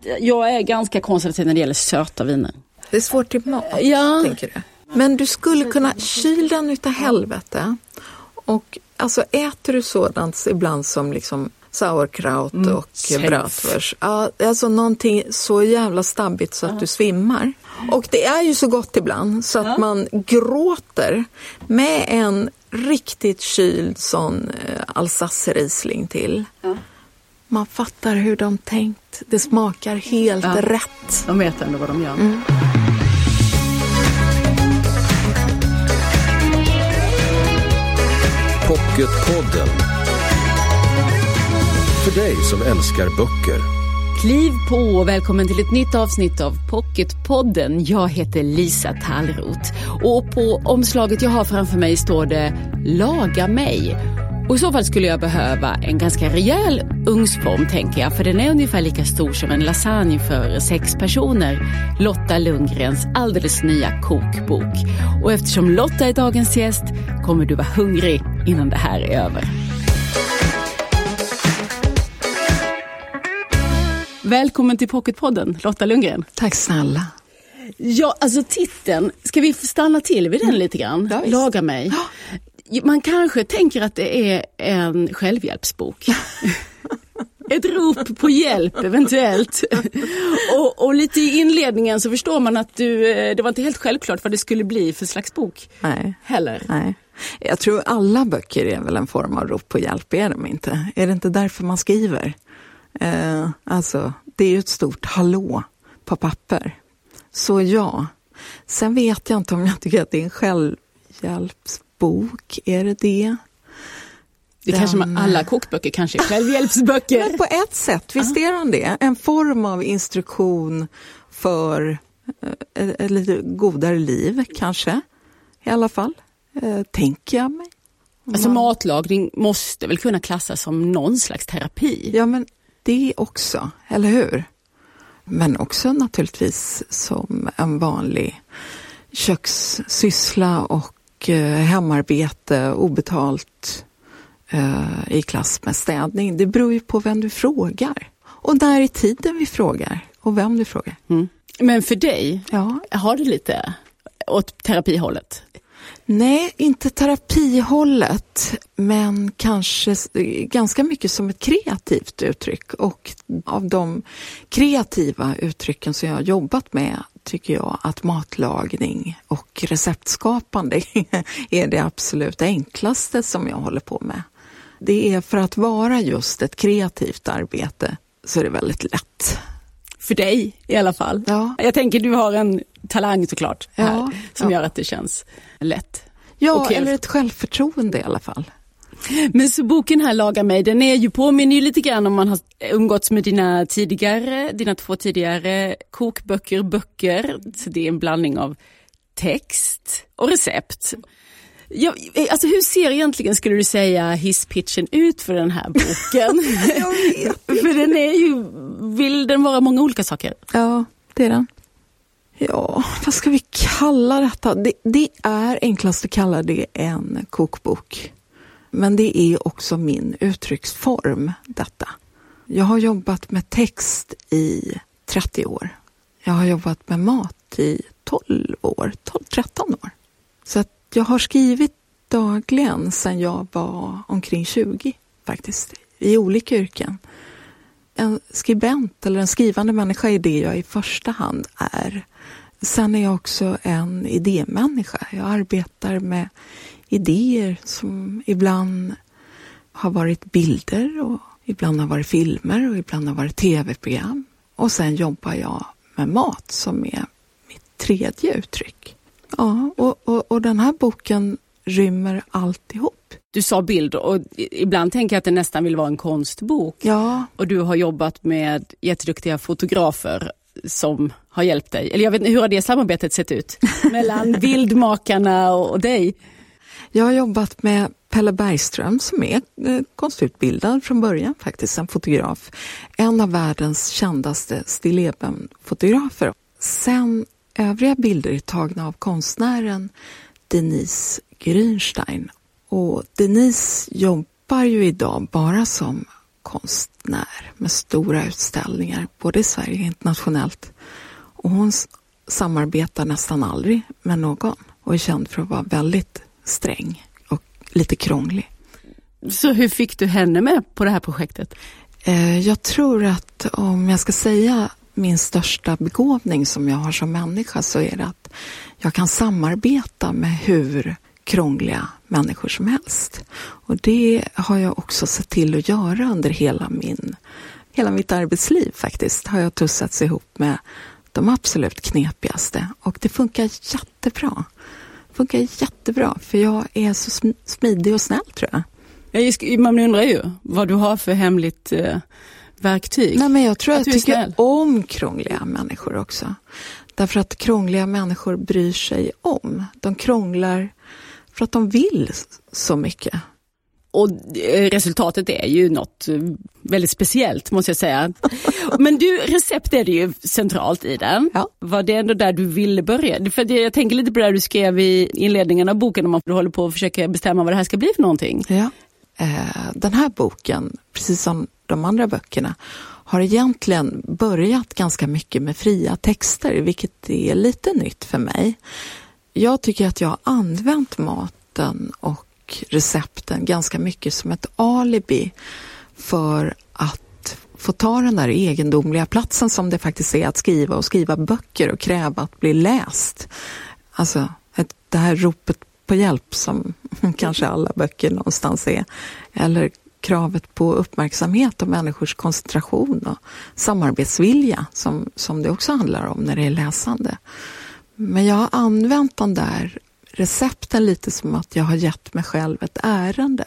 jag är ganska konservativ när det gäller söta viner. Det är svårt till mat, tänker du. Men du skulle kunna kyla den utav helvete. Och alltså äter du sådant ibland som liksom sauerkraut och bratwurst. Ja, alltså någonting så jävla stabbigt så att du svimmar. Och det är ju så gott ibland så att man gråter med en riktigt kyld sån Alsace-Riesling till. Ja. Man fattar hur de tänkt. Det smakar helt rätt. De vet ändå vad de gör. Pocketpodden. För dig som älskar böcker. Kliv på och välkommen till ett nytt avsnitt av Pocketpodden. Jag heter Lisa Tallroth. Och på omslaget jag har framför mig står det Laga mig. Och i så fall skulle jag behöva en ganska rejäl ugnsform, tänker jag. För den är ungefär lika stor som en lasagne för 6 personer. Lotta Lundgrens alldeles nya kokbok. Och eftersom Lotta är dagens gäst kommer du vara hungrig innan det här är över. Välkommen till Pocketpodden, Lotta Lundgren. Tack snälla. Ja, alltså titeln, ska vi stanna till vid den lite grann? Ja, Laga mig. Man kanske tänker att det är en självhjälpsbok. Ett rop på hjälp eventuellt. Och lite i inledningen så förstår man att det var inte helt självklart vad det skulle bli för slags bok. Nej. Heller. Nej. Jag tror alla böcker är väl en form av rop på hjälp, är de inte? Är det inte därför man skriver? Alltså, det är ju ett stort hallå på papper. Så ja. Sen vet jag inte om jag tycker att det är en självhjälpsbok. Är det det? Det kanske man, alla kokböcker kanske är självhjälpsböcker. Men på ett sätt, visst är de det? En form av instruktion för ett lite godare liv kanske. I alla fall, tänker jag mig. Alltså matlagning måste väl kunna klassas som någon slags terapi? Ja, men det också, eller hur? Men också naturligtvis som en vanlig kökssyssla och hemarbete, obetalt i klass med städning. Det beror ju på vem du frågar. Och när i tiden vi frågar och vem du frågar. Men för dig, har du lite åt terapihållet? Nej, inte terapihållet, men kanske ganska mycket som ett kreativt uttryck. Och av de kreativa uttrycken som jag har jobbat med tycker jag att matlagning och receptskapande är det absolut enklaste som jag håller på med. Det är för att vara just ett kreativt arbete så är det väldigt lätt. För dig i alla fall. Ja. Jag tänker du har en talang såklart här, som gör att det känns lätt. Ja, eller ett självförtroende i alla fall. Men så boken här Laga mig, den är ju påminner ju lite grann om man har umgåtts med dina 2 tidigare kokböcker. Så det är en blandning av text och recept. Ja, alltså hur ser egentligen, skulle du säga, hisspitchen ut för den här boken? Jag vet. För den är ju, vill den vara många olika saker? Ja, det är den. Ja, vad ska vi kalla detta? Det är enklast att kalla det en kokbok. Men det är också min uttrycksform, detta. Jag har jobbat med text i 30 år. Jag har jobbat med mat i 13 år. Så att jag har skrivit dagligen sedan jag var omkring 20 faktiskt, i olika yrken. En skribent eller en skrivande människa är det jag i första hand är. Sen är jag också en idémänniska. Jag arbetar med idéer som ibland har varit bilder och ibland har varit filmer och ibland har varit tv-program. Och sen jobbar jag med mat som är mitt tredje uttryck. Ja, och den här boken rymmer alltihop. Du sa bilder och ibland tänker jag att det nästan vill vara en konstbok. Ja. Och du har jobbat med jätteduktiga fotografer som har hjälpt dig. Eller jag vet inte, hur har det samarbetet sett ut mellan bildmakarna och dig? Jag har jobbat med Pelle Bergström som är konstutbildad från början faktiskt, en fotograf. En av världens kändaste stilleben-fotografer. Sen övriga bilder är tagna av konstnären Denise Grünstein. Och Denise jobbar ju idag bara som konstnär med stora utställningar, både i Sverige och internationellt. Och hon samarbetar nästan aldrig med någon och är känd för att vara väldigt sträng och lite krånglig. Så hur fick du henne med på det här projektet? Jag tror att om jag ska säga min största begåvning som jag har som människa, så är det att jag kan samarbeta med hur krångliga människor som helst. Och det har jag också sett till att göra under hela mitt arbetsliv faktiskt. Har jag tussats ihop med de absolut knepigaste. Och det funkar jättebra. För jag är så smidig och snäll, tror jag. Man undrar ju vad du har för hemligt verktyg. Nej, men jag tror att jag tycker om krångliga människor också. Därför att krångliga människor bryr sig om. De krånglar för att de vill så mycket. Och resultatet är ju något väldigt speciellt, måste jag säga. Men du, recept är det ju centralt i den. Ja. Var det ändå där du ville börja? För jag tänker lite på det du skrev i inledningen av boken, om man håller på att försöka bestämma vad det här ska bli för någonting. Ja. Den här boken, precis som de andra böckerna, har egentligen börjat ganska mycket med fria texter, vilket är lite nytt för mig. Jag tycker att jag har använt maten och recepten ganska mycket som ett alibi för att få ta den där egendomliga platsen som det faktiskt är att skriva böcker och kräva att bli läst. Alltså det här ropet på hjälp som kanske alla böcker någonstans är, eller kravet på uppmärksamhet och människors koncentration och samarbetsvilja som det också handlar om när det är läsande. Men jag har använt den där recepten lite som att jag har gett mig själv ett ärende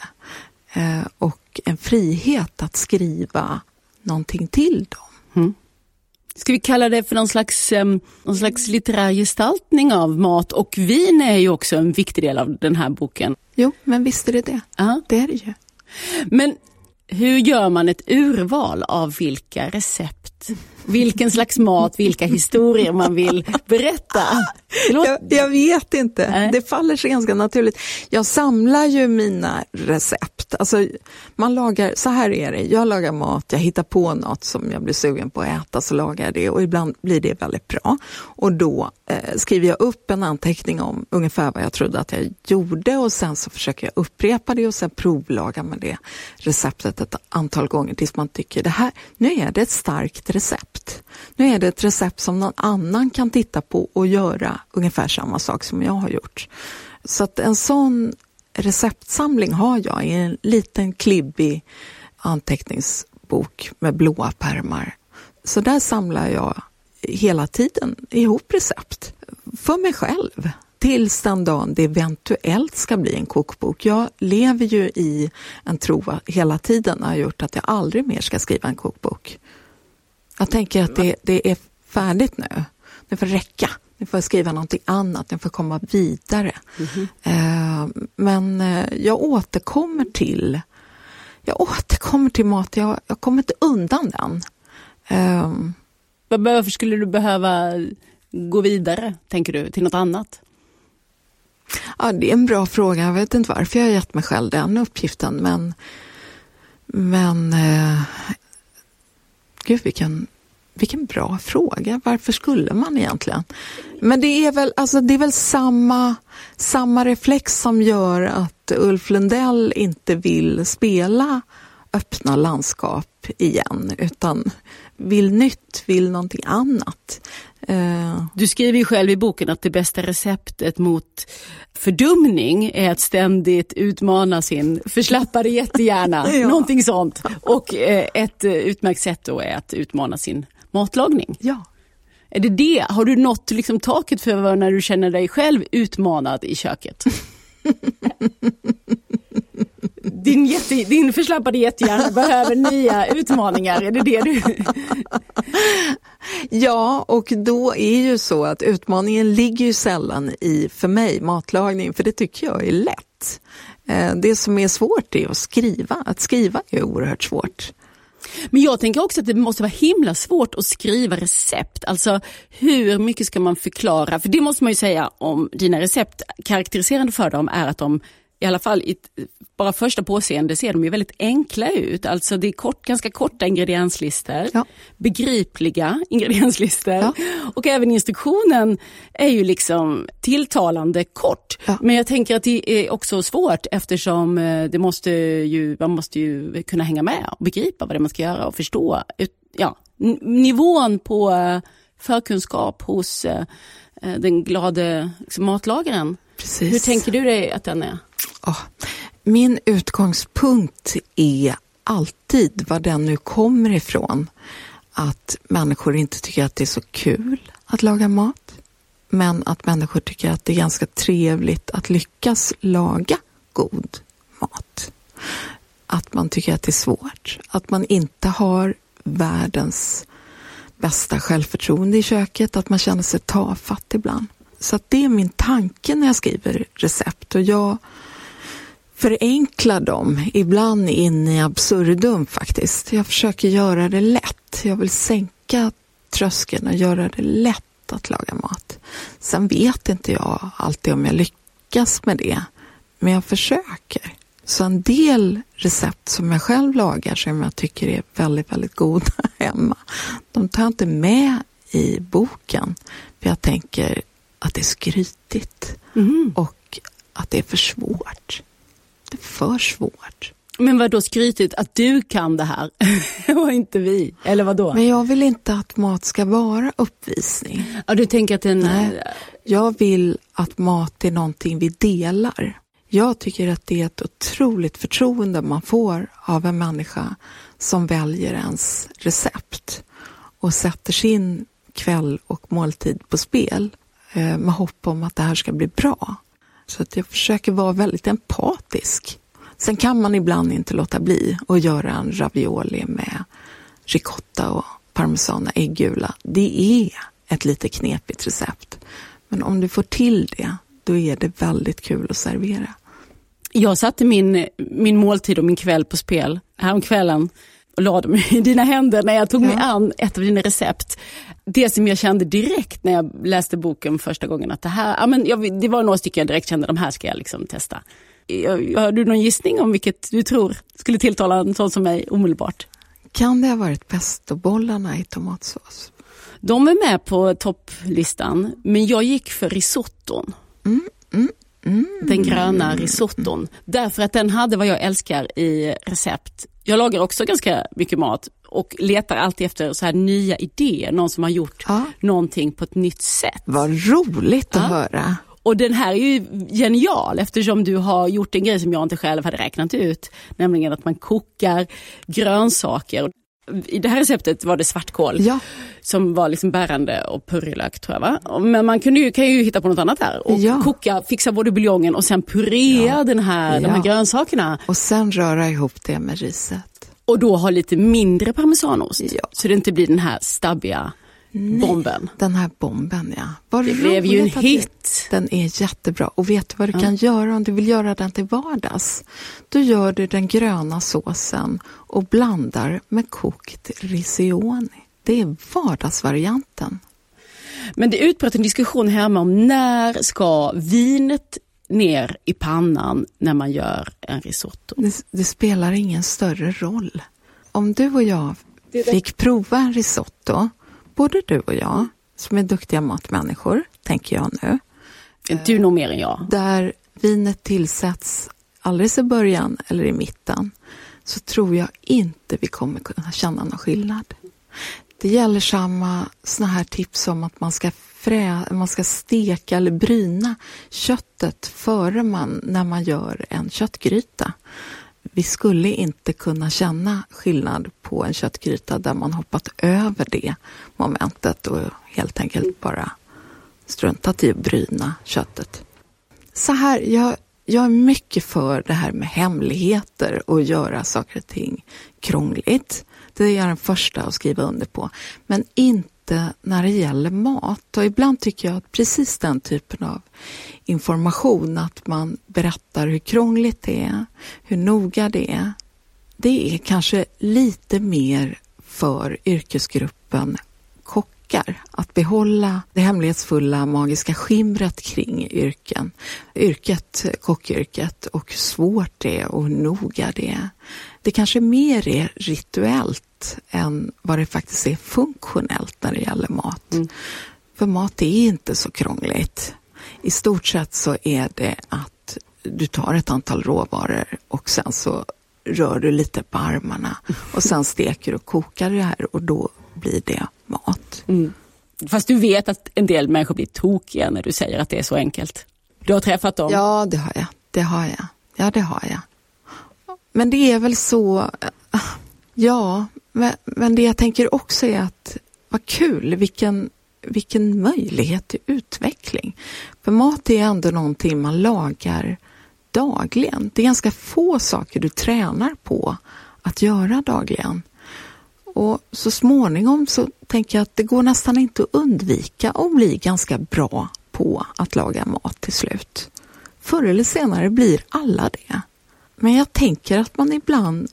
och en frihet att skriva någonting till dem. Mm. Ska vi kalla det för någon slags litterär gestaltning av mat, och vin är ju också en viktig del av den här boken. Jo, men visst är det det. Uh-huh. Det är det ju. Men hur gör man ett urval av vilka recept, vilken slags mat, vilka historier man vill berätta? Jag vet inte. Det faller sig ganska naturligt. Jag samlar ju mina recept. Alltså, så här är det. Jag lagar mat, jag hittar på något som jag blir sugen på att äta, så lagar jag det. Och ibland blir det väldigt bra. Och då skriver jag upp en anteckning om ungefär vad jag trodde att jag gjorde. Och sen så försöker jag upprepa det och sen provlagar man det receptet ett antal gånger tills man tycker nu är det ett starkt recept. Nu är det ett recept som någon annan kan titta på och göra ungefär samma sak som jag har gjort. Så att en sån receptsamling har jag i en liten klibbig anteckningsbok med blåa pärmar. Så där samlar jag hela tiden ihop recept för mig själv. Tills den dagen det eventuellt ska bli en kokbok. Jag lever ju i en tro hela tiden har gjort att jag aldrig mer ska skriva en kokbok. Jag tänker att det är färdigt nu. Det får räcka. Nu får jag skriva någonting annat. Nu får komma vidare. Mm-hmm. Men jag återkommer till mat. Jag kommer inte undan den. Varför skulle du behöva gå vidare, tänker du, till något annat? Ja, det är en bra fråga. Jag vet inte varför jag har gett mig själv den uppgiften. Men gud, vilken bra fråga. Varför skulle man egentligen? Men det är väl samma reflex som gör att Ulf Lundell inte vill spela öppna landskap igen, utan vill någonting annat. Du skriver ju själv i boken att det bästa receptet mot fördumning är att ständigt utmana sin förslappade jättehjärna. Ja. Någonting sånt. Och ett utmärkt sätt då är att utmana sin matlagning. Ja. Är det? Har du nått liksom taket för när du känner dig själv utmanad i köket? Din förslappade jättehjärna behöver nya utmaningar. Är det du? Ja, och då är ju så att utmaningen ligger ju sällan i, för mig, matlagning. För det tycker jag är lätt. Det som är svårt är att skriva. Att skriva är oerhört svårt. Men jag tänker också att det måste vara himla svårt att skriva recept. Alltså hur mycket ska man förklara? För det måste man ju säga om dina recept. Karaktäriserande för dem är att de i alla fall bara första påseende ser de ju väldigt enkla ut. Alltså det är ganska korta ingredienslistor, begripliga ingredienslistor. Ja. Och även instruktionen är ju liksom tilltalande kort. Ja. Men jag tänker att det är också svårt eftersom man måste ju kunna hänga med och begripa vad det man ska göra och förstå. Ja, nivån på förkunskap hos den glade liksom, matlagaren. Precis. Hur tänker du dig att den är? Min utgångspunkt är alltid, var den nu kommer ifrån, att människor inte tycker att det är så kul att laga mat, men att människor tycker att det är ganska trevligt att lyckas laga god mat. Att man tycker att det är svårt, att man inte har världens bästa självförtroende i köket, att man känner sig tafatt ibland. Så att det är min tanke när jag skriver recept, och jag förenklar dem ibland in i absurdum faktiskt. Jag försöker göra det lätt. Jag vill sänka tröskeln och göra det lätt att laga mat. Sen vet inte jag alltid om jag lyckas med det, men jag försöker. Så en del recept som jag själv lagar som jag tycker är väldigt, väldigt goda hemma, de tar jag inte med i boken. För jag tänker att det är skrytigt och att det är för svårt. Det är för svårt. Men vad då skrytigt att du kan det här och inte vi? Eller vad då? Men jag vill inte att mat ska vara uppvisning. Ja, du tänker att Nej, jag vill att mat är någonting vi delar. Jag tycker att det är ett otroligt förtroende man får av en människa som väljer ens recept och sätter sin kväll och måltid på spel med hopp om att det här ska bli bra. Så att jag försöker vara väldigt empatisk. Sen kan man ibland inte låta bli att göra en ravioli med ricotta och parmesan och äggula. Det är ett lite knepigt recept. Men om du får till det, då är det väldigt kul att servera. Jag satte min måltid och min kväll på spel häromkvällen och la dem i dina händer när jag tog mig an ett av dina recept. Det som jag kände direkt när jag läste boken första gången, att det här, det var några stycken jag direkt kände, de här ska jag liksom testa. Har du någon gissning om vilket du tror skulle tilltala en sån som mig omedelbart? Kan det ha varit pestobollarna i tomatsås? De är med på topplistan, men jag gick för risotton. Den gröna risotton. Därför att den hade vad jag älskar i recept. Jag lagar också ganska mycket mat och letar alltid efter så här nya idéer. Någon som har gjort någonting på ett nytt sätt. Vad roligt att höra. Och den här är ju genial eftersom du har gjort en grej som jag inte själv hade räknat ut. Nämligen att man kokar grönsaker. I det här receptet var det svartkål som var liksom bärande och purjolök tror jag, va? Men man kan ju hitta på något annat här och fixa både buljongen och sen purera de här grönsakerna. Och sen röra ihop det med riset. Och då ha lite mindre parmesanost så det inte blir den här stabbiga bomben. Den här bomben, det blev ju en hit. Den är jättebra. Och vet du vad du kan göra om du vill göra den till vardags? Då gör du den gröna såsen och blandar med kokt rizioni. Det är vardagsvarianten. Men det utbröt en diskussion hemma om när ska vinet ner i pannan när man gör en risotto. Det spelar ingen större roll. Om du och jag fick prova en risotto, både du och jag, som är duktiga matmänniskor, tänker jag nu. Du nog mer än jag. Där vinet tillsätts alldeles i början eller i mitten, så tror jag inte vi kommer kunna känna någon skillnad. Det gäller samma såna här tips om att man ska steka eller bryna köttet när man gör en köttgryta. Vi skulle inte kunna känna skillnad på en köttgryta där man hoppat över det momentet och helt enkelt bara struntat i att bryna köttet. Så här, jag är mycket för det här med hemligheter och göra saker och ting krångligt. Det är jag den första att skriva under på. Men inte när det gäller mat. Och ibland tycker jag att precis den typen av information, att man berättar hur krångligt det är, hur noga det är kanske lite mer för yrkesgruppen orkar att behålla det hemlighetsfulla magiska skimret kring kockyrket och hur svårt det är och hur noga det är. Det kanske mer är rituellt än vad det faktiskt är funktionellt när det gäller mat. För mat är inte så krångligt. I stort sett så är det att du tar ett antal råvaror och sen så rör du lite på armarna och sen steker och kokar det här och då blir det mat. Fast du vet att en del människor blir tokiga när du säger att det är så enkelt. Du har träffat dem? Ja, det har jag. Men det är väl så, ja, men det jag tänker också är att vad kul, vilken möjlighet till utveckling. För mat är ändå någonting man lagar dagligen. Det är ganska få saker du tränar på att göra dagligen. Och så småningom så tänker jag att det går nästan inte att undvika att bli ganska bra på att laga mat till slut. Förr eller senare blir alla det. Men jag tänker att man ibland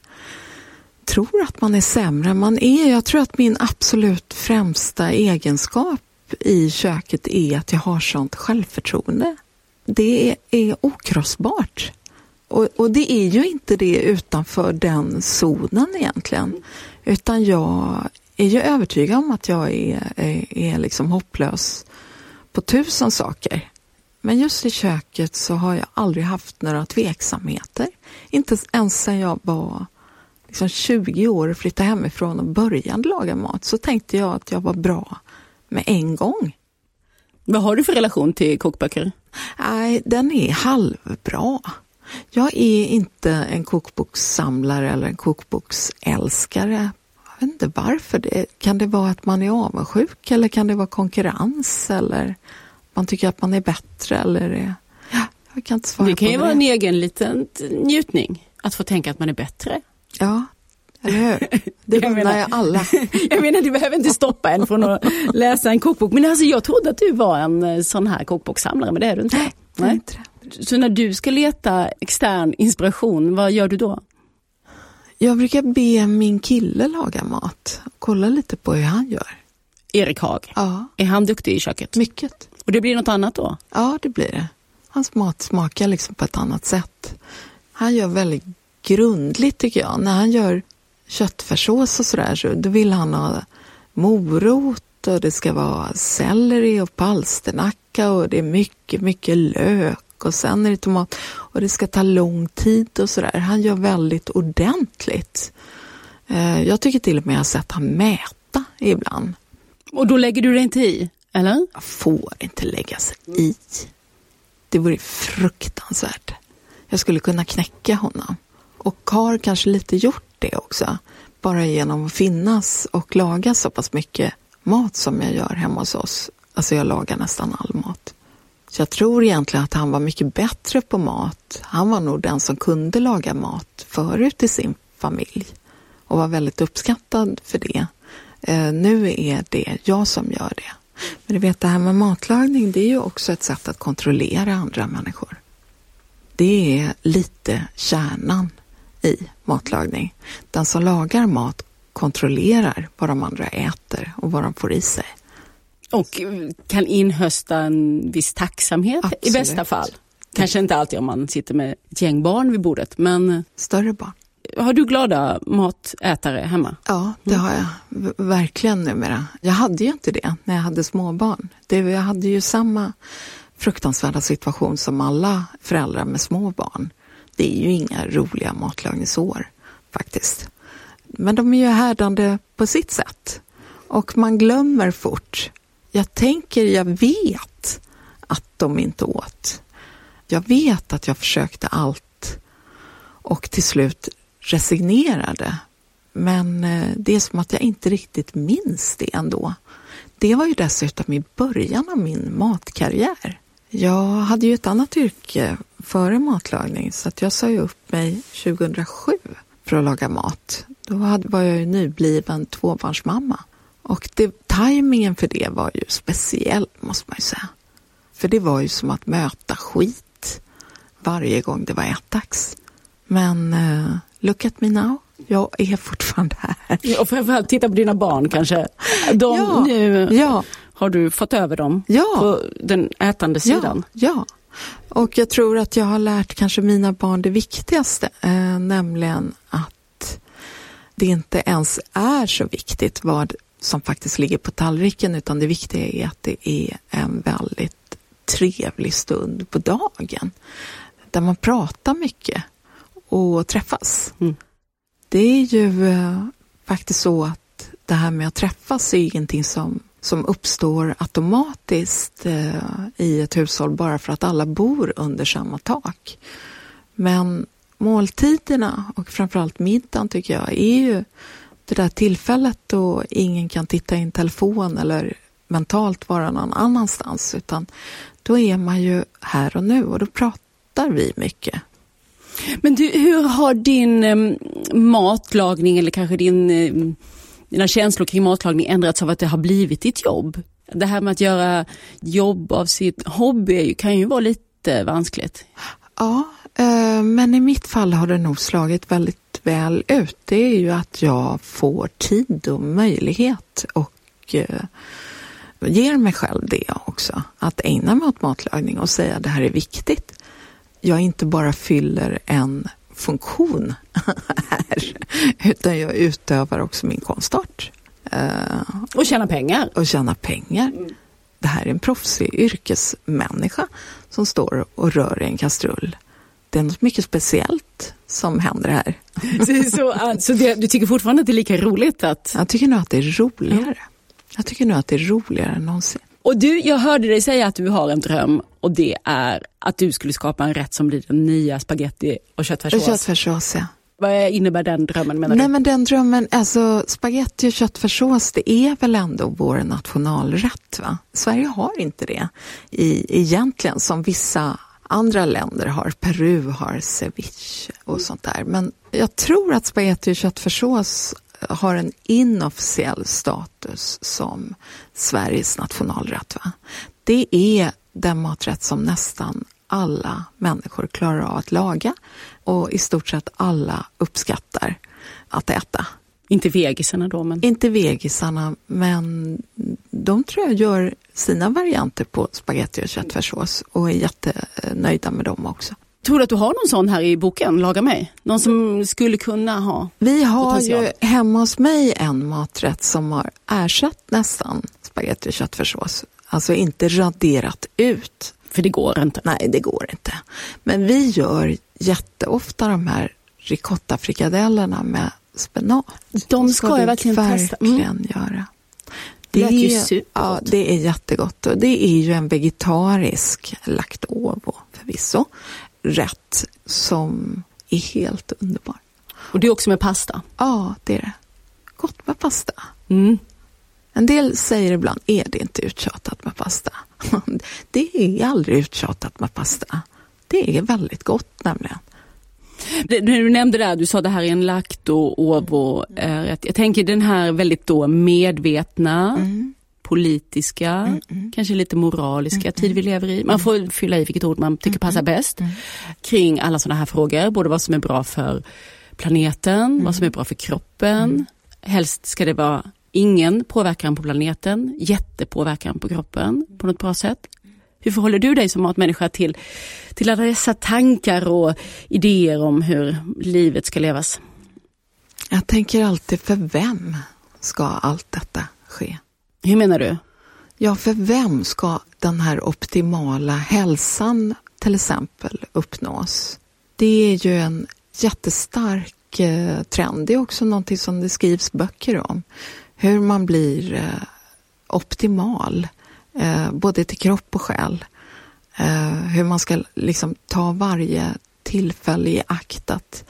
tror att man är sämre än man är. Jag tror att min absolut främsta egenskap i köket är att jag har sånt självförtroende. Det är okrossbart. Och det är ju inte det utanför den zonen egentligen. Utan jag är ju övertygad om att jag är liksom hopplös på 1000 saker. Men just i köket så har jag aldrig haft några tveksamheter. Inte ens sedan jag var liksom 20 år och flyttade hemifrån och började laga mat så tänkte jag att jag var bra med en gång. Vad har du för relation till kokböcker? Nej, den är halvbra. Jag är inte en kokbokssamlare eller en kokboksälskare. Jag vet inte varför. Kan det vara att man är avundsjuk eller kan det vara konkurrens eller man tycker att man är bättre eller jag kan inte svara på det. Det kan ju vara en egen liten njutning att få tänka att man är bättre. Ja, eller hur? Det undrar jag alla. Jag menar, du behöver inte stoppa en från att läsa en kokbok. Men alltså, jag trodde att du var en sån här kokbokssamlare, men det är du inte. Nej. Så när du ska leta extern inspiration, vad gör du då? Jag brukar be min kille laga mat. Kolla lite på hur han gör. Erik Haag? Ja. Är han duktig i köket? Mycket. Och det blir något annat då? Ja, det blir det. Hans mat smakar liksom på ett annat sätt. Han gör väldigt grundligt tycker jag. När han gör köttfärssås och sådär så då vill han ha morot och det ska vara selleri och palsternacka och det är mycket, mycket lök och sen är det tomat och det ska ta lång tid och sådär. Han gör väldigt ordentligt. Jag tycker till och med att jag har sett han mäta ibland. Och då lägger du det inte i, eller? Jag får inte lägga sig i. Det vore fruktansvärt. Jag skulle kunna knäcka honom. Och har kanske lite gjort det också. Bara genom att finnas och laga så pass mycket mat som jag gör hemma hos oss. Alltså jag lagar nästan all mat. Så jag tror egentligen att han var mycket bättre på mat. Han var nog den som kunde laga mat förut i sin familj. Och var väldigt uppskattad för det. Nu är det jag som gör det. Men du vet, det här med matlagning, det är ju också ett sätt att kontrollera andra människor. Det är lite kärnan i matlagning. Den som lagar mat kontrollerar vad de andra äter och vad de får i sig. Och kan inhösta en viss tacksamhet. Absolut. I bästa fall. Kanske inte alltid om man sitter med ett gäng barn vid bordet, men... Större barn. Har du glada matätare hemma? Ja, det har jag. Verkligen numera. Jag hade ju inte det när jag hade småbarn. Jag hade ju samma fruktansvärda situation som alla föräldrar med små barn. Det är ju inga roliga matlagningsår faktiskt. Men de är ju härdande på sitt sätt. Och man glömmer fort. Jag vet att de inte åt. Jag vet att jag försökte allt och till slut resignerade. Men det är som att jag inte riktigt minns det ändå. Det var ju dessutom i början av min matkarriär. Jag hade ju ett annat yrke före matlagning så att jag sa ju upp mig 2007 för att laga mat. Då var jag ju nybliven tvåbarnsmamma. Och tajmingen för det var ju speciell, måste man ju säga. För det var ju som att möta skit varje gång det var ätdags. Men look at me now. jag är fortfarande här. Och framförallt titta på dina barn kanske. Har du fått över dem på den ätande sidan? Ja. Och jag tror att jag har lärt kanske mina barn det viktigaste, nämligen att det inte ens är så viktigt vad som faktiskt ligger på tallriken, utan det viktiga är att det är en väldigt trevlig stund på dagen där man pratar mycket och träffas. Det är ju faktiskt så att det här med att träffas är ingenting som uppstår automatiskt i ett hushåll bara för att alla bor under samma tak. Men måltiderna och framförallt middagen tycker jag är ju det där tillfället då ingen kan titta i en telefon eller mentalt vara någon annanstans, utan då är man ju här och nu och då pratar vi mycket. Men du, hur har din matlagning eller kanske dina känslor kring matlagning ändrats av att det har blivit ditt jobb? Det här med att göra jobb av sitt hobby kan ju vara lite vanskligt. Ja, men i mitt fall har det nog slagit väldigt väl ut. Det är ju att jag får tid och möjlighet och ger mig själv det också. Att ägna mig åt matlagning och säga att det här är viktigt. Jag inte bara fyller en funktion här, utan jag utövar också min konstart. Och tjäna pengar. Det här är en proffsig yrkesmänniska som står och rör i en kastrull. Det är något mycket speciellt som händer här. Så du tycker fortfarande att det är lika roligt att... Jag tycker nog att det är roligare. Jag tycker nog att det är roligare än någonsin. Och jag hörde dig säga att du har en dröm, och det är att du skulle skapa en rätt som blir den nya spaghetti och köttfärssås. Köttfärssås, ja. Vad innebär den drömmen, menar du? Nej, men den drömmen, alltså spaghetti och köttfärssås, det är väl ändå vår nationalrätt, va? Sverige har inte det egentligen som vissa andra länder har. Peru har ceviche och sånt där. Men jag tror att spaghetti och köttfärssås har en inofficiell status som Sveriges nationalrätt, va? Det är den maträtt som nästan alla människor klarar av att laga och i stort sett alla uppskattar att äta. Inte vegisarna då? Men... Inte vegisarna, men de tror jag gör sina varianter på spaghetti och köttfärssås och är jättenöjda med dem också. Tror du att du har någon sån här i boken, Laga mig? Någon som skulle kunna ha Vi har potential? ju hemma hos mig en maträtt som har ersatt nästan spaghetti och köttfärssås. Alltså inte raderat ut. För det går inte. Nej, det går inte. Men vi gör jätteofta de här ricotta-frikadellerna med spenat. De ska jag verkligen testa. Göra. Det är ju supergott. Ja, det är jättegott. Och det är ju en vegetarisk lactovo förvisso. Rätt som är helt underbar. Och det är också med pasta? Ja, det är det. Gott med pasta. Mm. En del säger ibland, är det inte uttjatat med pasta? Det är aldrig uttjatat med pasta. Det är väldigt gott nämligen. Du nämnde där, du sa det här är en lacto-ovo. Jag tänker den här väldigt då medvetna, politiska, kanske lite moraliska tid vi lever i. Man får fylla i vilket ord man tycker passar bäst. Kring alla sådana här frågor. Både vad som är bra för planeten, vad som är bra för kroppen. Helst ska det vara ingen påverkan på planeten, jättepåverkan på kroppen på något bra sätt. Hur förhåller du dig som matmänniska till alla dessa tankar och idéer om hur livet ska levas? Jag tänker alltid, för vem ska allt detta ske? Hur menar du? Ja, för vem ska den här optimala hälsan till exempel uppnås? Det är ju en jättestark trend. Det är också någonting som det skrivs böcker om. Hur man blir optimal, både till kropp och själ. Hur man ska liksom ta varje tillfälle i akt att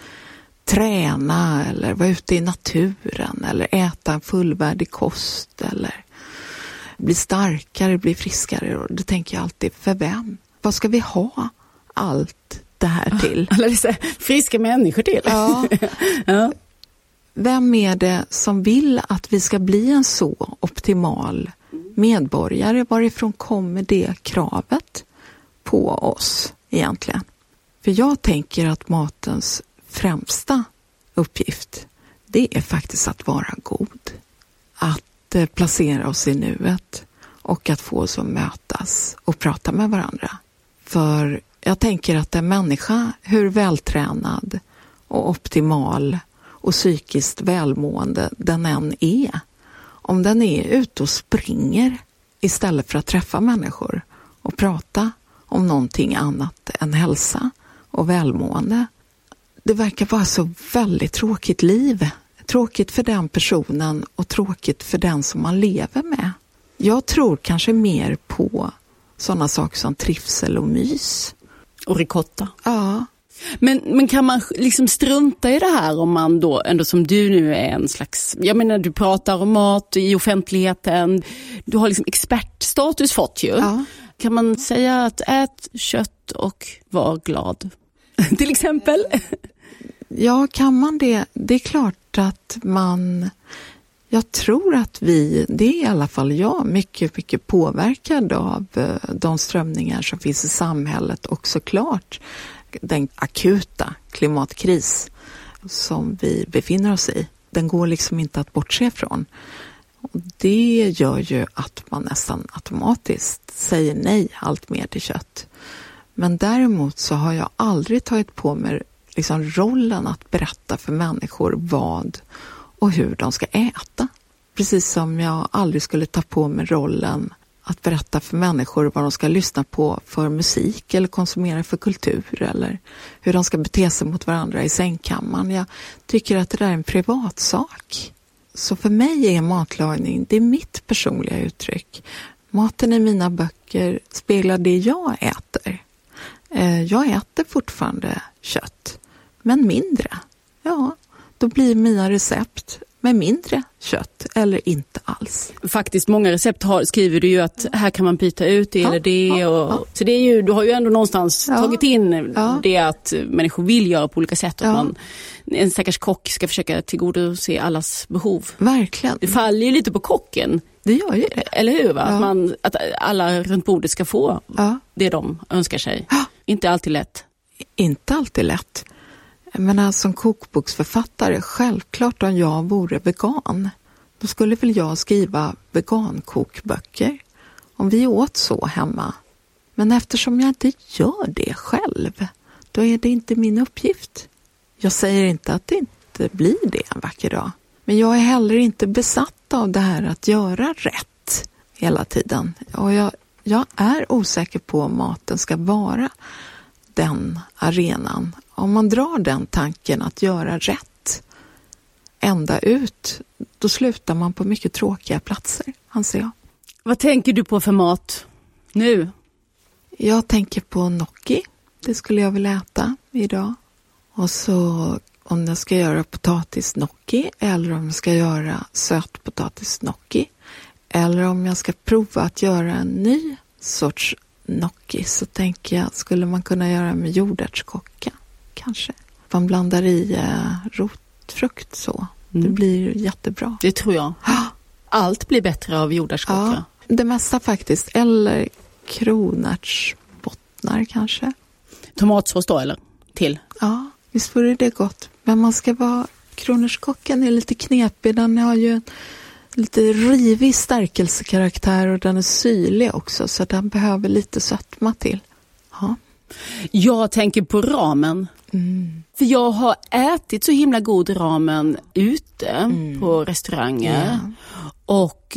träna eller vara ute i naturen eller äta en fullvärdig kost eller bli starkare, bli friskare. Och då tänker jag alltid, för vem? Vad ska vi ha allt det här till? Alla dessa friska människor till. Ja. Ja. Vem är det som vill att vi ska bli en så optimal medborgare? Varifrån kommer det kravet på oss egentligen? För jag tänker att matens främsta uppgift, det är faktiskt att vara god. Att placera oss i nuet och att få oss att mötas och prata med varandra. För jag tänker att en människa, hur vältränad och optimal och psykiskt välmående den än är, om den är ute och springer istället för att träffa människor och prata om någonting annat än hälsa och välmående. Det verkar vara så väldigt tråkigt liv. Tråkigt för den personen och tråkigt för den som man lever med. Jag tror kanske mer på sådana saker som trivsel och mys. Och ricotta. Ja. Men kan man liksom strunta i det här om man då, ändå som du nu är en slags, jag menar du pratar om mat i offentligheten, du har liksom expertstatus fått ju. Ja. Kan man säga att ät kött och var glad? Till exempel? Ja, kan man det? Det är klart att jag tror att det är i alla fall jag, mycket, mycket påverkad av de strömningar som finns i samhället och såklart den akuta klimatkris som vi befinner oss i. Den går liksom inte att bortse från. Och det gör ju att man nästan automatiskt säger nej allt mer till kött. Men däremot så har jag aldrig tagit på mig liksom rollen att berätta för människor vad och hur de ska äta. Precis som jag aldrig skulle ta på mig rollen att berätta för människor vad de ska lyssna på för musik eller konsumera för kultur eller hur de ska bete sig mot varandra i sängkammaren. Jag tycker att det där är en privatsak. Så för mig är matlagning, det är mitt personliga uttryck. Maten i mina böcker speglar det jag äter. Jag äter fortfarande kött, men mindre. Ja, då blir mina recept med mindre kött eller inte alls. Faktiskt många recept skriver du ju att här kan man byta ut det eller det. Så det är ju, du har ju ändå någonstans tagit in det att människor vill göra på olika sätt. Och en stackars kock ska försöka tillgodose allas behov. Verkligen. Det faller ju lite på kocken. Det gör ju det. Eller hur? Va? Att alla runt bordet ska få det de önskar sig. Inte alltid lätt. Inte alltid lätt. Men som kokboksförfattare, självklart om jag vore vegan, då skulle väl jag skriva vegankokböcker. Om vi åt så hemma. Men eftersom jag inte gör det själv, då är det inte min uppgift. Jag säger inte att det inte blir det en vacker dag. Men jag är heller inte besatt av det här att göra rätt hela tiden. Och jag är osäker på om maten ska vara den arenan. Om man drar den tanken att göra rätt ända ut, då slutar man på mycket tråkiga platser, anser jag. Vad tänker du på för mat nu? Jag tänker på gnocchi. Det skulle jag vilja äta idag. Och så om jag ska göra potatisgnocchi eller om jag ska göra sötpotatisgnocchi eller om jag ska prova att göra en ny sorts gnocchi, så tänker jag, skulle man kunna göra med jordärtskocka kanske. Man blandar i rotfrukt så. Det blir jättebra. Det tror jag. Allt blir bättre av jordärtskocka. Ja, det mesta faktiskt. Eller kronärtsbottnar kanske. Tomatsås då eller? Till? Ja, visst vore det gott. Men man ska vara... Kronärtskockan är lite knepig. Den har ju lite rivig stärkelsekaraktär och den är syrlig också, så den behöver lite sötma till. Ja. Jag tänker på ramen. För jag har ätit så himla god ramen ute på restauranger. Yeah. Och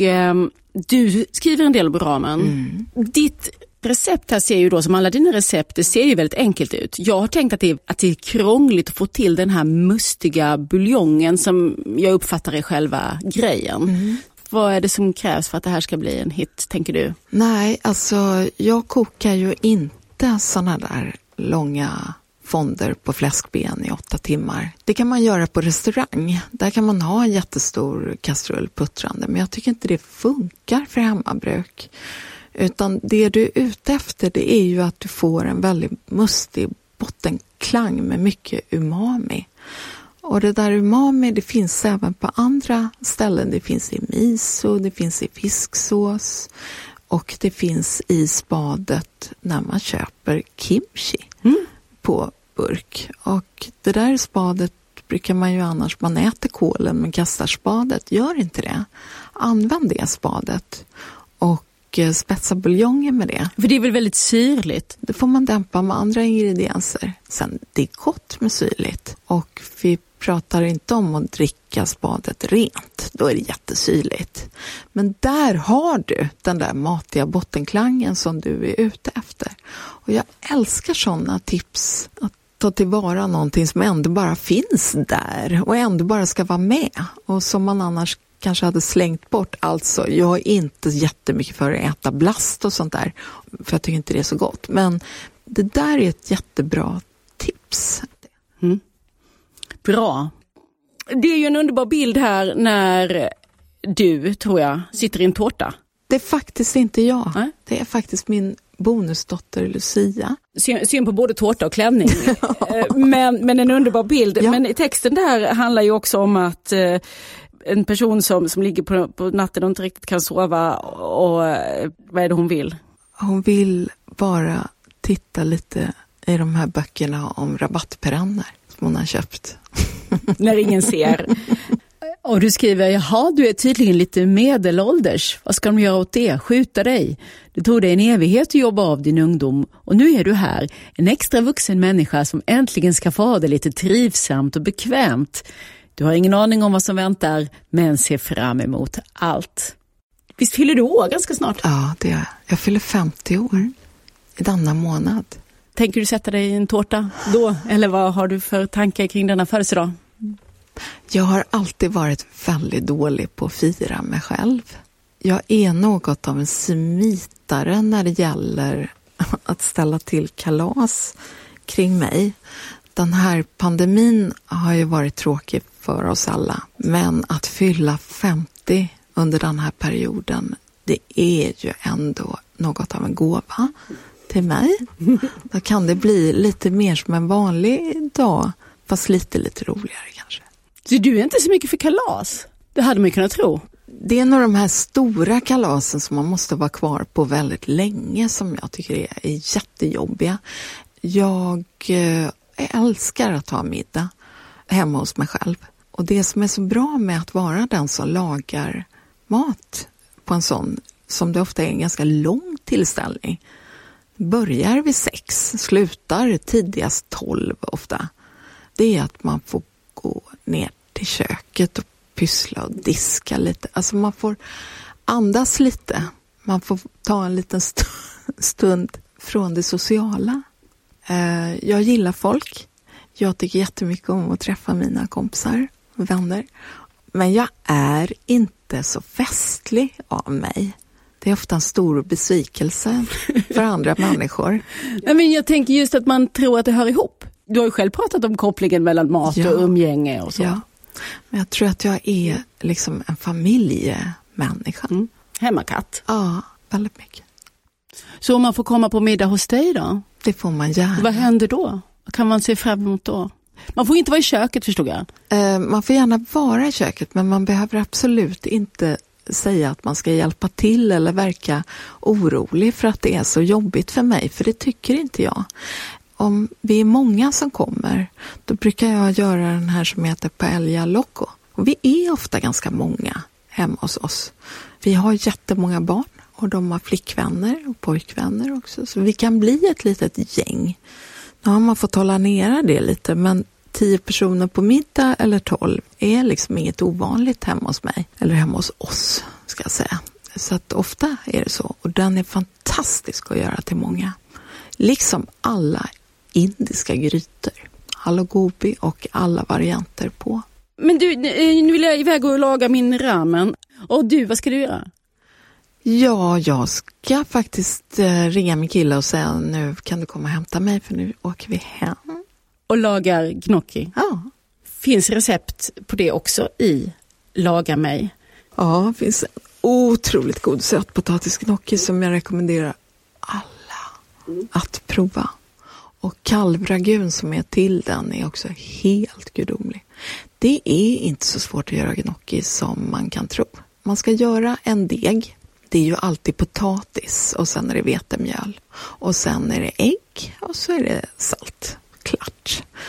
du skriver en del om ramen. Ditt recept här ser ju då, som alla dina recept, det ser ju väldigt enkelt ut. Jag har tänkt att det är krångligt att få till den här mustiga buljongen som jag uppfattar är själva grejen. Vad är det som krävs för att det här ska bli en hit, tänker du? Nej, alltså jag kokar ju inte såna där långa fonder på fläskben i 8 timmar. Det kan man göra på restaurang. Där kan man ha en jättestor kastrull puttrande, men jag tycker inte det funkar för hemmabruk. Utan det du är ute efter, det är ju att du får en väldigt mustig bottenklang med mycket umami. Och det där umami, det finns även på andra ställen. Det finns i miso, det finns i fisksås och det finns i spadet när man köper kimchi på burk. Och det där spadet brukar man ju annars, man äter kålen men kastar spadet. Gör inte det. Använd det spadet och spetsa buljongen med det. För det är väl väldigt syrligt? Det får man dämpa med andra ingredienser. Sen, det är gott med syrligt. Och vi pratar inte om att dricka spadet rent. Då är det jättesyrligt. Men där har du den där matiga bottenklangen som du är ute efter. Och jag älskar sådana tips. Att ta tillvara någonting som ändå bara finns där. Och ändå bara ska vara med. Och som man annars kanske hade slängt bort. Alltså, jag är inte jättemycket för att äta blast och sånt där. För jag tycker inte det är så gott. Men det där är ett jättebra tips. Mm. Bra. Det är ju en underbar bild här när du, tror jag, sitter i en tårta. Det är faktiskt inte jag. Nej? Det är faktiskt min bonusdotter Lucia. Syn på både tårta och klänning. men en underbar bild. Ja. Men texten där handlar ju också om att en person som ligger på natten och inte riktigt kan sova, och vad är det hon vill? Hon vill bara titta lite i de här böckerna om rabattperenner som hon har köpt. När ingen ser. Och du skriver, jaha, du är tydligen lite medelålders. Vad ska de göra åt det? Skjuta dig. Det tog dig en evighet att jobba av din ungdom. Och nu är du här, en extra vuxen människa som äntligen ska få ha det lite trivsamt och bekvämt. Du har ingen aning om vad som väntar, men ser fram emot allt. Visst fyller du år ganska snart? Ja, det är jag. Fyller 50 år i denna månad. Tänker du sätta dig i en tårta då? Eller vad har du för tankar kring denna födelsedag? Jag har alltid varit väldigt dålig på att fira mig själv. Jag är något av en smitare när det gäller att ställa till kalas kring mig. Den här pandemin har ju varit tråkig för oss alla. Men att fylla 50 under den här perioden, det är ju ändå något av en gåva till mig. Då kan det bli lite mer som en vanlig dag, fast lite roligare kanske. Så du är inte så mycket för kalas? Det hade man kunnat tro. Det är nog de här stora kalasen som man måste vara kvar på väldigt länge som jag tycker är jättejobbiga. Jag älskar att ha middag hemma hos mig själv. Och det som är så bra med att vara den som lagar mat på en sån, som det ofta är en ganska lång tillställning. Börjar vid 6, slutar tidigast 12 ofta. Det är att man får gå ner till köket och pyssla och diska lite. Alltså man får andas lite. Man får ta en liten stund från det sociala. Jag gillar folk. Jag tycker jättemycket om att träffa mina kompisar och vänner. Men jag är inte så festlig av mig. Det är ofta en stor besvikelse för andra människor. Nej, men jag tänker just att man tror att det hör ihop. Du har ju själv pratat om kopplingen mellan mat och umgänge och så. Ja, men jag tror att jag är liksom en familjemänniska. Hemmakatt. Ja, väldigt mycket. Så om man får komma på middag hos dig då? Det får man gärna. Vad händer då? Vad kan man se fram emot då? Man får inte vara i köket, förstod jag. Man får gärna vara i köket, men man behöver absolut inte säga att man ska hjälpa till eller verka orolig för att det är så jobbigt för mig, för det tycker inte jag. Om vi är många som kommer, då brukar jag göra den här som heter Paella Loco. Och vi är ofta ganska många hemma hos oss. Vi har jättemånga barn och de har flickvänner och pojkvänner också. Så vi kan bli ett litet gäng. Nu har man fått hålla nere det lite, men 10 personer på middag eller 12 är liksom inget ovanligt hemma hos mig. Eller hemma hos oss, ska jag säga. Så att ofta är det så. Och den är fantastisk att göra till många. Liksom alla indiska grytor. Alla gobi och alla varianter på. Men du, nu vill jag iväg och laga min ramen. Och du, vad ska du göra? Ja, jag ska faktiskt ringa min kille och säga nu kan du komma och hämta mig för nu åker vi hem. Och lagar gnocchi? Ja. Finns recept på det också i Laga mig? Ja, det finns en otroligt god sötpotatisgnocchi som jag rekommenderar alla att prova. Och kalvragun som är till den är också helt gudomlig. Det är inte så svårt att göra gnocchi som man kan tro. Man ska göra en deg. Det är ju alltid potatis och sen är det vetemjöl. Och sen är det ägg och så är det salt. Klart.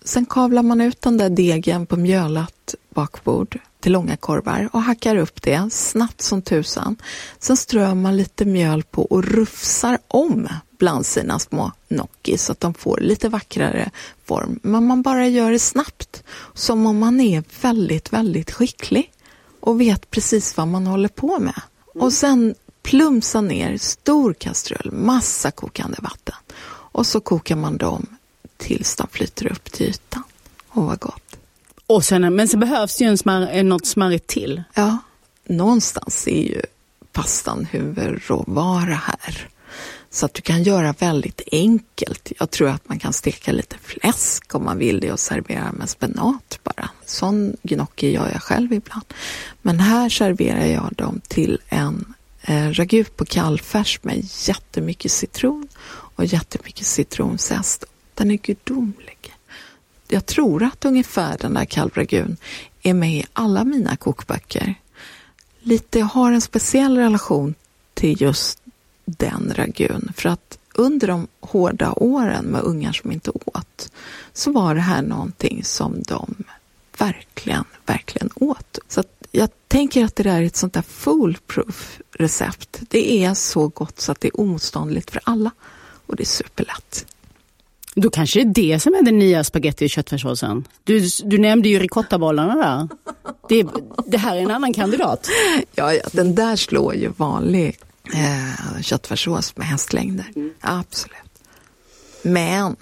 Sen kavlar man ut den där degen på mjölat bakbord till långa korvar och hackar upp det snabbt som tusan. Sen strör man lite mjöl på och rufsar om bland sina små gnocchi så att de får lite vackrare form. Men man bara gör det snabbt, som om man är väldigt, väldigt skicklig och vet precis vad man håller på med. Och sen plumsa ner stor kastrull, massa kokande vatten. Och så kokar man dem tills de flyter upp till ytan. Och vad gott. Och sen, men så behövs det ju något smarrigt till. Ja, någonstans är ju pastan huvudråvara här. Så att du kan göra väldigt enkelt. Jag tror att man kan steka lite fläsk om man vill det och servera med spenat bara. Sån gnocchi gör jag själv ibland. Men här serverar jag dem till en ragu på kallfärs med jättemycket citron och jättemycket citronzest. Den är gudomlig. Jag tror att ungefär den där kalvragun är med i alla mina kokböcker. Jag har en speciell relation till just den ragun. För att under de hårda åren med ungar som inte åt så var det här någonting som de verkligen, verkligen åt. Så att jag tänker att det där är ett sånt där foolproof recept. Det är så gott så att det är omotståndligt för alla. Och det är superlätt. Då kanske det är det som är den nya spaghetti- och köttfärssåsen. Du nämnde ju ricottabollarna där. Det här är en annan kandidat. Ja, den där slår ju vanlig köttfärssås med hästlängder. Absolut. Men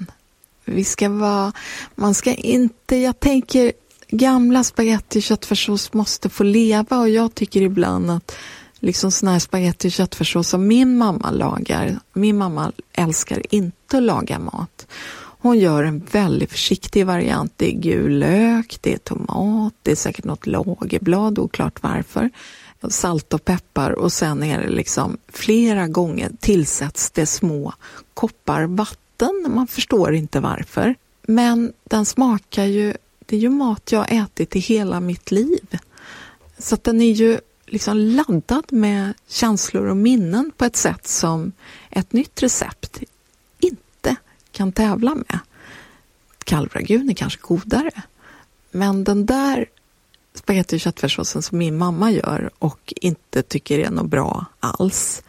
man ska inte, jag tänker gamla spaghetti- och köttfärssås måste få leva, och jag tycker ibland att liksom sån här spaghetti- och köttfärssås som min mamma lagar. Min mamma älskar inte att laga mat. Hon gör en väldigt försiktig variant. Det är gul lök, det är tomat, det är säkert något lagerblad, oklart varför. Salt och peppar, och sen är det liksom flera gånger tillsätts det små koppar vatten. Man förstår inte varför. Men den smakar ju, det är ju mat jag har ätit i hela mitt liv. Så att den är ju liksom laddad med känslor och minnen på ett sätt som ett nytt recept inte kan tävla med. Kalvragun är kanske godare, men den där spaghetti- och köttfärssåsen som min mamma gör och inte tycker är något bra alls,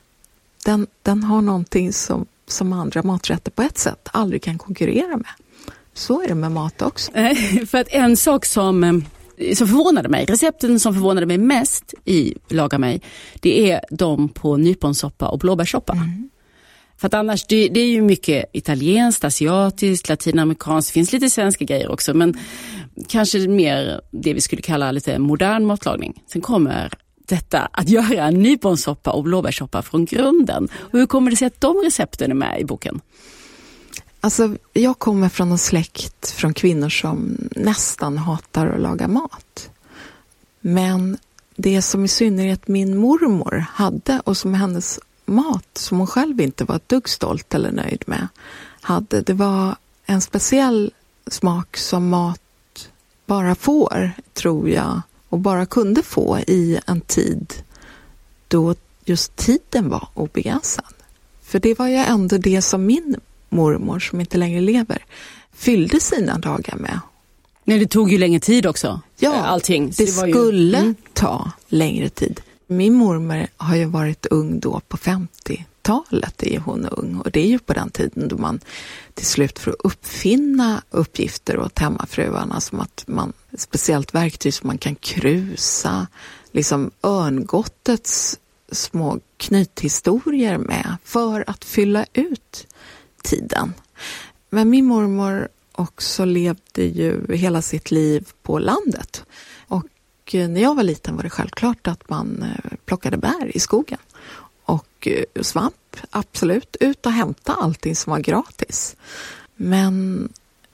den har någonting som andra maträtter på ett sätt aldrig kan konkurrera med. Så är det med mat också. För att en sak som förvånade mig, recepten som förvånade mig mest i Laga mig, det är de på nyponsoppa och blåbärssoppa. För att annars, det är ju mycket italienskt, asiatiskt, latinamerikanskt, det finns lite svenska grejer också, men kanske mer det vi skulle kalla lite modern matlagning. Sen kommer detta att göra nyponsoppa och blåbärssoppa från grunden. Och hur kommer det sig att de recepten är med i boken? Alltså, jag kommer från en släkt från kvinnor som nästan hatar att laga mat. Men det som i synnerhet min mormor hade, och som hennes mat som hon själv inte var ett dugg stolt eller nöjd med hade, det var en speciell smak som mat bara får, tror jag, och bara kunde få i en tid då just tiden var obegränsad. För det var ju ändå det som min mormor, som inte längre lever, fyllde sina dagar med. Nej, det tog ju längre tid också. Ja, allting. Så det skulle ta längre tid. Min mormor har ju varit ung då på 50-talet, är hon ung. Och det är ju på den tiden då man till slut får uppfinna uppgifter åt hemmafruarna, som att man, speciellt verktyg som man kan krusa, liksom örngottets små knythistorier med för att fylla ut tiden. Men min mormor också levde ju hela sitt liv på landet. Och när jag var liten var det självklart att man plockade bär i skogen. Och svamp, absolut. Ut och hämta allting som var gratis. Men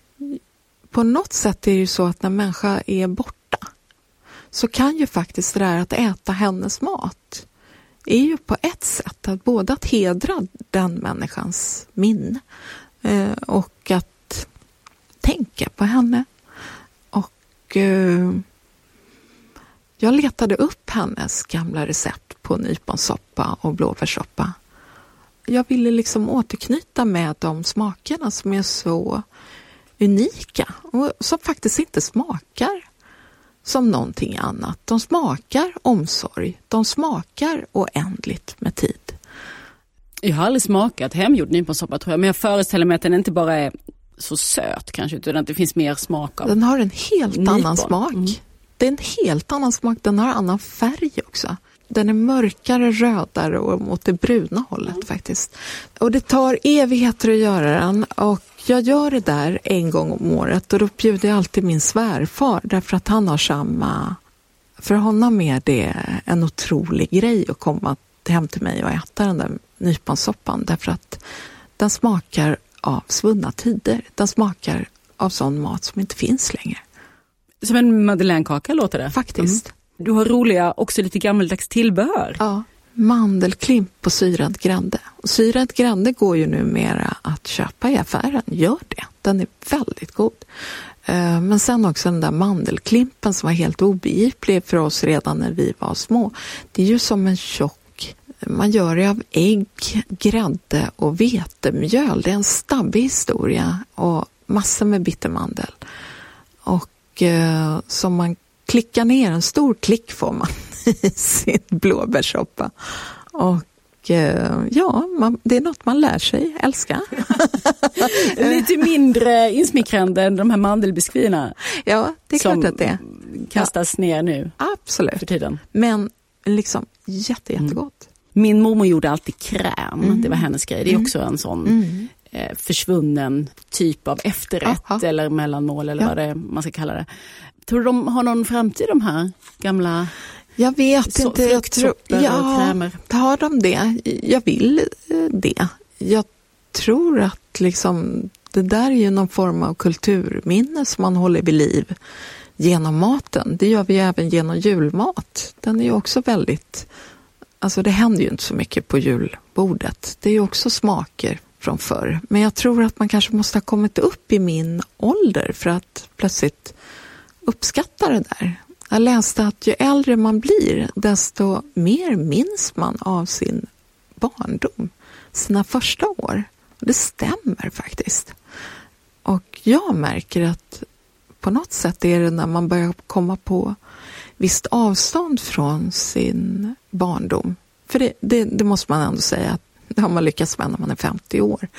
på något sätt är det ju så att när människa är borta så kan ju faktiskt det där att äta hennes mat är ju på ett sätt att både att hedra den människans minne och att tänka på henne. Och jag letade upp hennes gamla recept på nyponsoppa och blåbärssoppa. Jag ville liksom återknyta med de smakerna som är så unika och som faktiskt inte smakar som någonting annat. De smakar omsorg, de smakar oändligt med tid. Jag har aldrig smakat hemgjord nyponsoppa tror jag, men jag föreställer mig att den inte bara är så söt kanske, utan att det finns mer smak av. Den har en helt nypon. Annan smak. Det är en helt annan smak, den har annan färg också. Den är mörkare, rödare och mot det bruna hållet faktiskt. Och det tar evigheter att göra den och jag gör det där en gång om året och då bjuder jag alltid min svärfar därför att han har samma... För honom är det en otrolig grej att komma hem till mig och äta den där nyponsoppan därför att den smakar av svunna tider. Den smakar av sån mat som inte finns längre. Som en madeleinekaka låter det. Faktiskt. Du har roliga, också lite gammaldags tillbehör. Ja, mandelklimp och syrad grädde. Och syrad grädde går ju numera att köpa i affären. Gör det. Den är väldigt god. Men sen också den där mandelklimpen som var helt obegriplig för oss redan när vi var små. Det är ju som en tjock... Man gör det av ägg, grädde och vetemjöl. Det är en stabbig historia och massor med bittermandel. Och som man klickar ner, en stor klick får man i sin blåbärssoppa. Och det är något man lär sig älska. Lite mindre insmickrande än de här mandelbiskvierna. Ja, det är klart att det kastas ner nu. Absolut. För tiden. Men liksom jättegott. Min mormor gjorde alltid kräm. Det var hennes grej. Det är också en sån försvunnen typ av efterrätt eller mellanmål eller vad det man ska kalla det. Tror du de har någon framtid de här gamla... Jag vet inte. Jag tror, har de det? Jag vill det. Jag tror att liksom, det där är ju någon form av kulturminne som man håller vid liv genom maten. Det gör vi ju även genom julmat. Den är ju också väldigt... Alltså det händer ju inte så mycket på julbordet. Det är ju också smaker från förr. Men jag tror att man kanske måste ha kommit upp i min ålder för att plötsligt uppskatta det där. Jag läste att ju äldre man blir, desto mer minns man av sin barndom, sina första år. Och det stämmer faktiskt. Och jag märker att på något sätt är det när man börjar komma på visst avstånd från sin barndom. För det måste man ändå säga att det har man lyckats med när man är 50 år.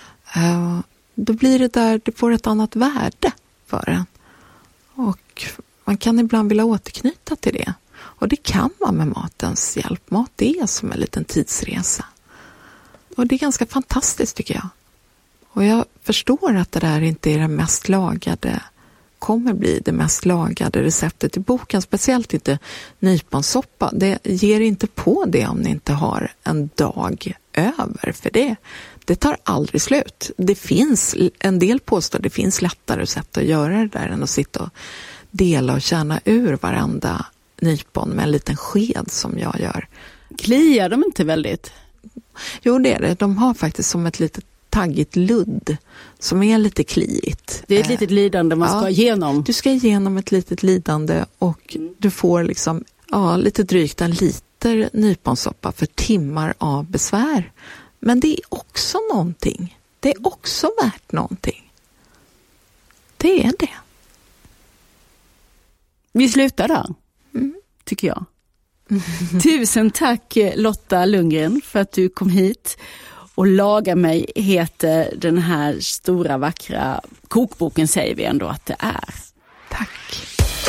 Då blir det där, det får ett annat värde för en. Och man kan ibland vilja återknyta till det. Och det kan man med matens hjälp. Mat är som en liten tidsresa. Och det är ganska fantastiskt tycker jag. Och jag förstår att det där inte är det mest lagade, kommer bli det mest lagade receptet i boken. Speciellt inte nyponsoppa. Det ger inte på det om ni inte har en dag över. För det tar aldrig slut. Det finns, en del påstår det finns lättare sätt att göra det där än att sitta och dela och kärna ur varenda nypon med en liten sked som jag gör. Kliar de inte väldigt? Jo, det är det. De har faktiskt som ett litet taggigt ludd som är lite kliigt. Det är ett litet lidande man ska igenom. Du ska igenom ett litet lidande och du får liksom lite drygt en liter nyponsoppa för timmar av besvär. Men det är också någonting. Det är också värt någonting. Det är det. Vi slutar där, tycker jag. Tusen tack Lotta Lundgren för att du kom hit. Och Laga mig heter den här stora vackra kokboken, säger vi ändå att det är. Tack.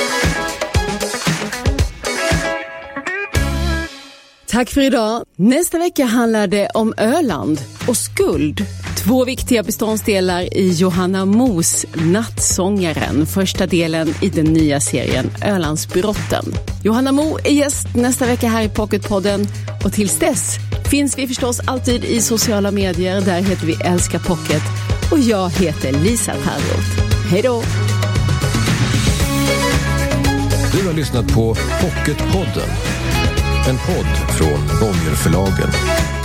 Tack för idag. Nästa vecka handlar det om Öland och skuld. 2 viktiga beståndsdelar i Johanna Moos Nattsångaren. Första delen i den nya serien Ölandsbrotten. Johanna Mo är gäst nästa vecka här i Pocketpodden. Och tills dess finns vi förstås alltid i sociala medier. Där heter vi Älska Pocket. Och jag heter Lisa Tallroth. Hej då! Du har lyssnat på Pocketpodden. En podd från Bonnierförlagen.